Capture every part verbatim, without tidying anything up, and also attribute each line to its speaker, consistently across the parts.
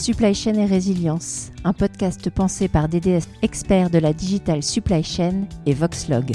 Speaker 1: Supply Chain et Résilience, un podcast pensé par D D S experts de la Digital Supply Chain et Voxlog.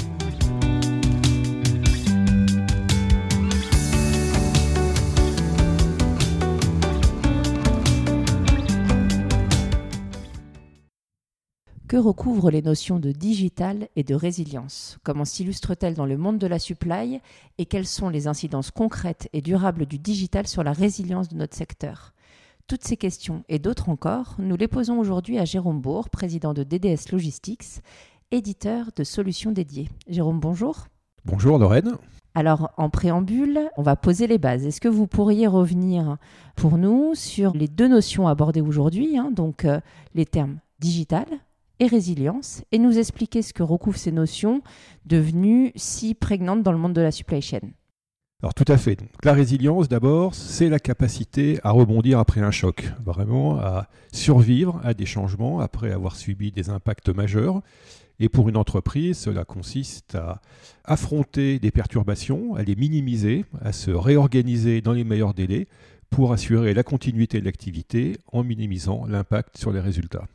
Speaker 1: Que recouvrent les notions de digital et de résilience ? Comment s'illustrent-elles dans le monde de la supply et quelles sont les incidences concrètes et durables du digital sur la résilience de notre secteur ? Toutes ces questions et d'autres encore, nous les posons aujourd'hui à Jérôme Bourg, président de D D S Logistics, éditeur de solutions dédiées. Jérôme, bonjour.
Speaker 2: Bonjour Lorraine.
Speaker 1: Alors, en préambule, on va poser les bases. Est-ce que vous pourriez revenir pour nous sur les deux notions abordées aujourd'hui, hein, donc euh, les termes digital et résilience, et nous expliquer ce que recouvrent ces notions devenues si prégnantes dans le monde de la supply chain?
Speaker 2: Alors tout à fait. Donc, la résilience, d'abord, c'est la capacité à rebondir après un choc, vraiment à survivre à des changements après avoir subi des impacts majeurs. Et pour une entreprise, cela consiste à affronter des perturbations, à les minimiser, à se réorganiser dans les meilleurs délais pour assurer la continuité de l'activité en minimisant l'impact sur les résultats.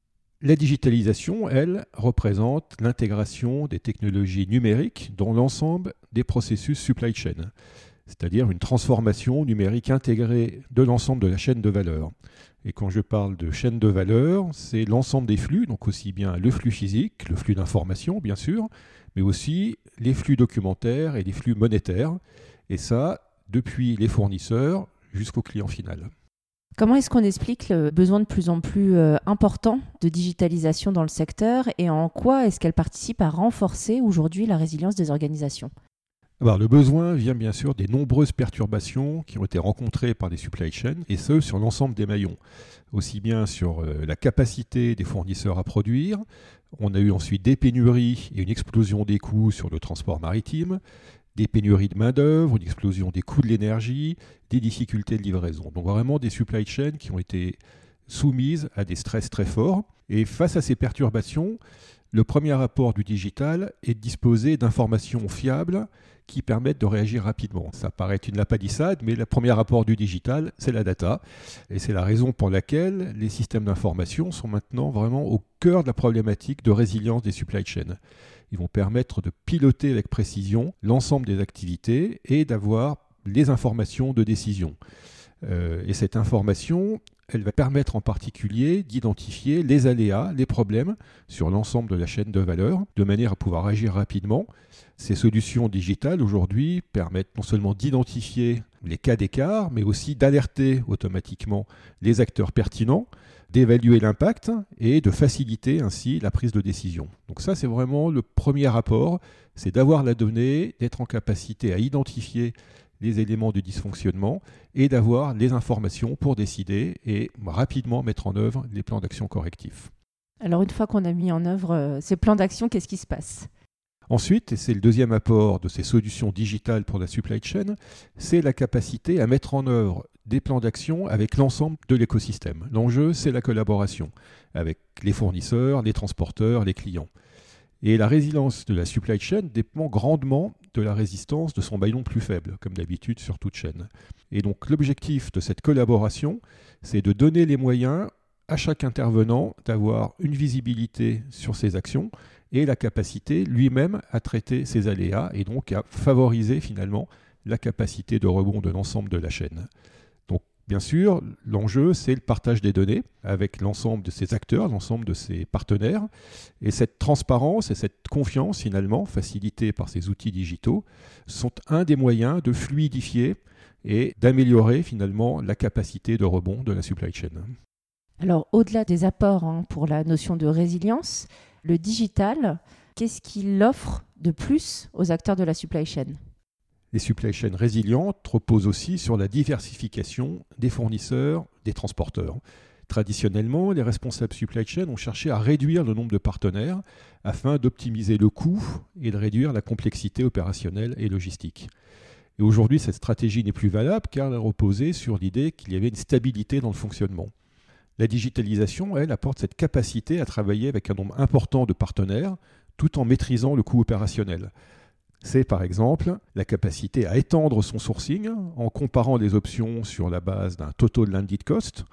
Speaker 2: La digitalisation, elle, représente l'intégration des technologies numériques dans l'ensemble des processus supply chain, c'est-à-dire une transformation numérique intégrée de l'ensemble de la chaîne de valeur. Et quand je parle de chaîne de valeur, c'est l'ensemble des flux, donc aussi bien le flux physique, le flux d'informations bien sûr, mais aussi les flux documentaires et les flux monétaires, et ça depuis les fournisseurs jusqu'au client final.
Speaker 1: Comment est-ce qu'on explique le besoin de plus en plus euh, important de digitalisation dans le secteur et en quoi est-ce qu'elle participe à renforcer aujourd'hui la résilience des organisations ?
Speaker 2: Alors, le besoin vient bien sûr des nombreuses perturbations qui ont été rencontrées par les supply chains et ce sur l'ensemble des maillons, aussi bien sur euh, la capacité des fournisseurs à produire. On a eu ensuite des pénuries et une explosion des coûts sur le transport maritime, des pénuries de main-d'œuvre, une explosion des coûts de l'énergie, des difficultés de livraison. Donc vraiment des supply chains qui ont été soumises à des stress très forts. Et face à ces perturbations, le premier rapport du digital est de disposer d'informations fiables qui permettent de réagir rapidement. Ça paraît une lapalissade, mais le premier rapport du digital, c'est la data. Et c'est la raison pour laquelle les systèmes d'information sont maintenant vraiment au cœur de la problématique de résilience des supply chains. Ils vont permettre de piloter avec précision l'ensemble des activités et d'avoir les informations de décision. Euh, et cette information, elle va permettre en particulier d'identifier les aléas, les problèmes sur l'ensemble de la chaîne de valeur, de manière à pouvoir agir rapidement. Ces solutions digitales aujourd'hui permettent non seulement d'identifier les cas d'écart, mais aussi d'alerter automatiquement les acteurs pertinents, d'évaluer l'impact et de faciliter ainsi la prise de décision. Donc ça, c'est vraiment le premier rapport, c'est d'avoir la donnée, d'être en capacité à identifier les éléments du dysfonctionnement et d'avoir les informations pour décider et rapidement mettre en œuvre les plans d'action correctifs.
Speaker 1: Alors une fois qu'on a mis en œuvre euh, ces plans d'action, qu'est-ce qui se passe ?
Speaker 2: Ensuite, et c'est le deuxième apport de ces solutions digitales pour la supply chain, c'est la capacité à mettre en œuvre des plans d'action avec l'ensemble de l'écosystème. L'enjeu, c'est la collaboration avec les fournisseurs, les transporteurs, les clients. Et la résilience de la supply chain dépend grandement de la résistance de son maillon plus faible, comme d'habitude sur toute chaîne. Et donc l'objectif de cette collaboration, c'est de donner les moyens à chaque intervenant d'avoir une visibilité sur ses actions et la capacité lui-même à traiter ses aléas et donc à favoriser finalement la capacité de rebond de l'ensemble de la chaîne. Donc bien sûr, l'enjeu c'est le partage des données avec l'ensemble de ces acteurs, l'ensemble de ces partenaires et cette transparence et cette confiance finalement facilitée par ces outils digitaux sont un des moyens de fluidifier et d'améliorer finalement la capacité de rebond de la supply chain.
Speaker 1: Alors au-delà des apports hein, pour la notion de résilience, le digital, qu'est-ce qu'il offre de plus aux acteurs de la supply chain ?
Speaker 2: Les supply chains résilientes reposent aussi sur la diversification des fournisseurs, des transporteurs. Traditionnellement, les responsables supply chain ont cherché à réduire le nombre de partenaires afin d'optimiser le coût et de réduire la complexité opérationnelle et logistique. Et aujourd'hui, cette stratégie n'est plus valable car elle reposait sur l'idée qu'il y avait une stabilité dans le fonctionnement. La digitalisation, elle, apporte cette capacité à travailler avec un nombre important de partenaires tout en maîtrisant le coût opérationnel. C'est par exemple la capacité à étendre son sourcing en comparant les options sur la base d'un total landed cost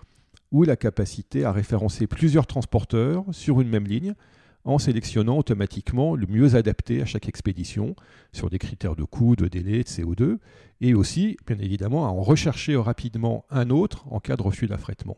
Speaker 2: ou la capacité à référencer plusieurs transporteurs sur une même ligne en sélectionnant automatiquement le mieux adapté à chaque expédition sur des critères de coût, de délai, de C O deux, et aussi, bien évidemment, à en rechercher rapidement un autre en cas de refus d'affrètement.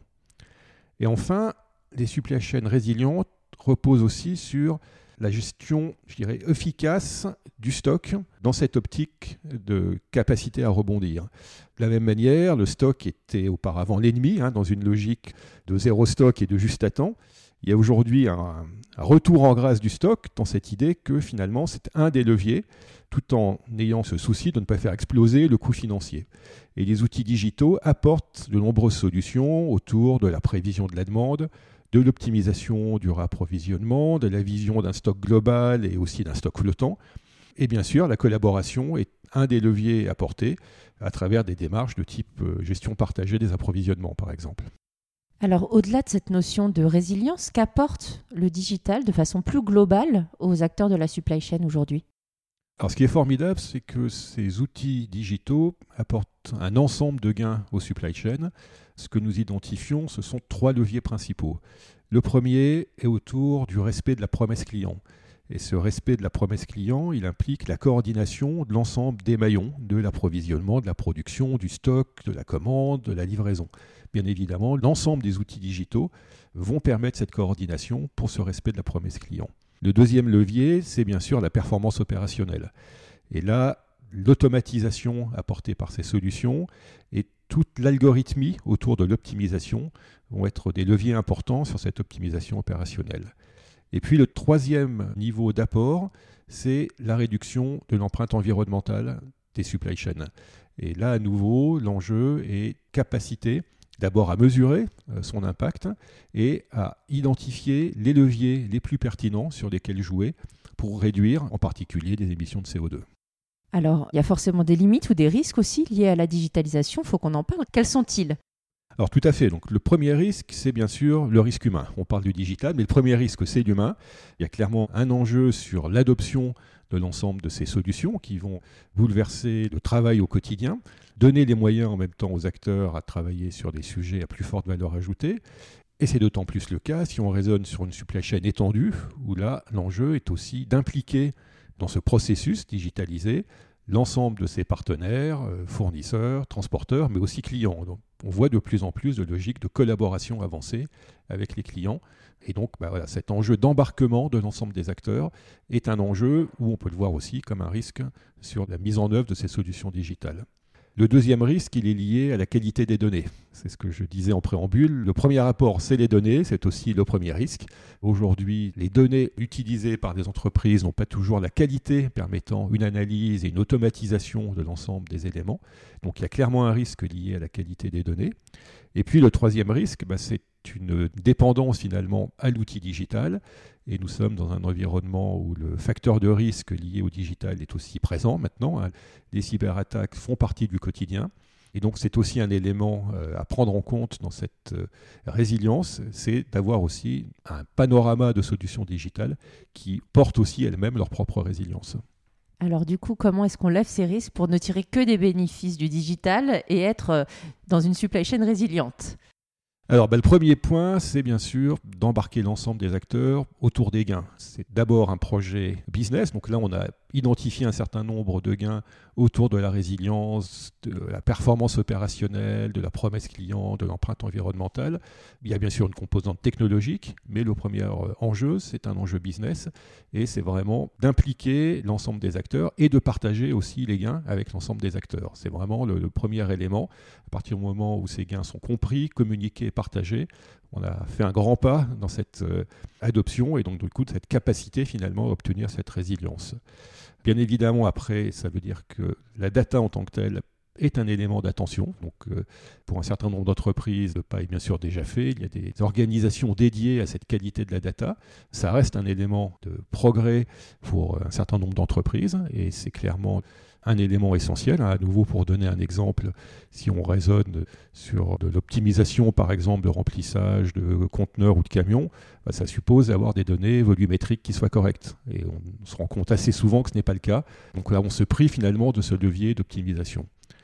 Speaker 2: Et enfin, les supply chains résilientes reposent aussi sur la gestion, je dirais, efficace du stock dans cette optique de capacité à rebondir. De la même manière, le stock était auparavant l'ennemi, hein, dans une logique de zéro stock et de juste à temps. Il y a aujourd'hui un, un retour en grâce du stock dans cette idée que finalement c'est un des leviers, tout en ayant ce souci de ne pas faire exploser le coût financier. Et les outils digitaux apportent de nombreuses solutions autour de la prévision de la demande, de l'optimisation du réapprovisionnement, de la vision d'un stock global et aussi d'un stock flottant. Et bien sûr, la collaboration est un des leviers apportés à travers des démarches de type gestion partagée des approvisionnements, par exemple.
Speaker 1: Alors, au-delà de cette notion de résilience, qu'apporte le digital de façon plus globale aux acteurs de la supply chain aujourd'hui ?
Speaker 2: Alors, ce qui est formidable, c'est que ces outils digitaux apportent un ensemble de gains aux supply chain. Ce que nous identifions, ce sont trois leviers principaux. Le premier est autour du respect de la promesse client. Et ce respect de la promesse client, il implique la coordination de l'ensemble des maillons de l'approvisionnement, de la production, du stock, de la commande, de la livraison. Bien évidemment, l'ensemble des outils digitaux vont permettre cette coordination pour ce respect de la promesse client. Le deuxième levier, c'est bien sûr la performance opérationnelle. Et là, l'automatisation apportée par ces solutions et toute l'algorithmie autour de l'optimisation vont être des leviers importants sur cette optimisation opérationnelle. Et puis le troisième niveau d'apport, c'est la réduction de l'empreinte environnementale des supply chains. Et là, à nouveau, l'enjeu est capacité d'abord à mesurer son impact et à identifier les leviers les plus pertinents sur lesquels jouer pour réduire en particulier les émissions de C O deux.
Speaker 1: Alors, il y a forcément des limites ou des risques aussi liés à la digitalisation, il faut qu'on en parle. Quels sont-ils ?
Speaker 2: Alors tout à fait. Donc, le premier risque, c'est bien sûr le risque humain. On parle du digital, mais le premier risque, c'est l'humain. Il y a clairement un enjeu sur l'adoption de l'ensemble de ces solutions qui vont bouleverser le travail au quotidien, donner les moyens en même temps aux acteurs à travailler sur des sujets à plus forte valeur ajoutée. Et c'est d'autant plus le cas si on raisonne sur une supply chain étendue, où là, l'enjeu est aussi d'impliquer dans ce processus digitalisé l'ensemble de ses partenaires, fournisseurs, transporteurs, mais aussi clients. Donc, on voit de plus en plus de logiques de collaboration avancée avec les clients. Et donc, bah voilà, cet enjeu d'embarquement de l'ensemble des acteurs est un enjeu où on peut le voir aussi comme un risque sur la mise en œuvre de ces solutions digitales. Le deuxième risque, il est lié à la qualité des données. C'est ce que je disais en préambule. Le premier rapport, c'est les données, c'est aussi le premier risque. Aujourd'hui, les données utilisées par des entreprises n'ont pas toujours la qualité permettant une analyse et une automatisation de l'ensemble des éléments. Donc il y a clairement un risque lié à la qualité des données. Et puis le troisième risque, bah, c'est une dépendance finalement à l'outil digital. Et nous sommes dans un environnement où le facteur de risque lié au digital est aussi présent maintenant. Les cyberattaques font partie du quotidien. Et donc c'est aussi un élément à prendre en compte dans cette résilience, c'est d'avoir aussi un panorama de solutions digitales qui portent aussi elles-mêmes leur propre résilience.
Speaker 1: Alors du coup, comment est-ce qu'on lève ces risques pour ne tirer que des bénéfices du digital et être dans une supply chain résiliente ?
Speaker 2: Alors, bah, le premier point, c'est bien sûr d'embarquer l'ensemble des acteurs autour des gains. C'est d'abord un projet business. Donc là, on a identifié un certain nombre de gains autour de la résilience, de la performance opérationnelle, de la promesse client, de l'empreinte environnementale. Il y a bien sûr une composante technologique, mais le premier enjeu, c'est un enjeu business. Et c'est vraiment d'impliquer l'ensemble des acteurs et de partager aussi les gains avec l'ensemble des acteurs. C'est vraiment le, le premier élément. À partir du moment où ces gains sont compris, communiqués, partagés, on a fait un grand pas dans cette euh, adoption et donc du coup cette capacité finalement à obtenir cette résilience. Bien évidemment, après, ça veut dire que la data en tant que telle est un élément d'attention. Donc, euh, pour un certain nombre d'entreprises, le pas est bien sûr déjà fait. Il y a des organisations dédiées à cette qualité de la data. Ça reste un élément de progrès pour un certain nombre d'entreprises et c'est clairement un élément essentiel. À nouveau, pour donner un exemple, si on raisonne sur de l'optimisation, par exemple, de remplissage de conteneurs ou de camions, bah, ça suppose d'avoir des données volumétriques qui soient correctes. Et on se rend compte assez souvent que ce n'est pas le cas. Donc là, on se prie finalement de ce levier d'optimisation.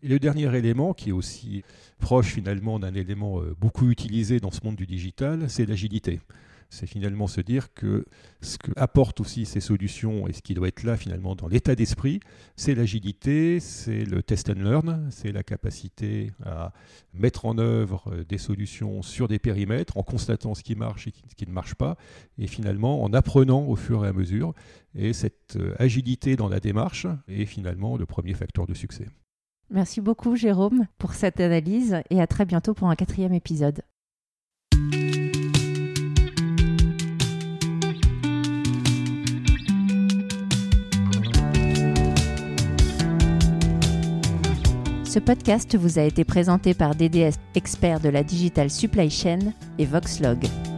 Speaker 2: Et le dernier élément, qui est aussi proche finalement d'un élément beaucoup utilisé dans ce monde du digital, c'est l'agilité. C'est finalement se dire que ce que apportent aussi ces solutions et ce qui doit être là finalement dans l'état d'esprit, c'est l'agilité, c'est le test and learn, c'est la capacité à mettre en œuvre des solutions sur des périmètres en constatant ce qui marche et ce qui ne marche pas et finalement en apprenant au fur et à mesure. Et cette agilité dans la démarche est finalement le premier facteur de succès.
Speaker 1: Merci beaucoup Jérôme pour cette analyse et à très bientôt pour un quatrième épisode. Ce podcast vous a été présenté par D D S, expert de la Digital Supply Chain, et Voxlog.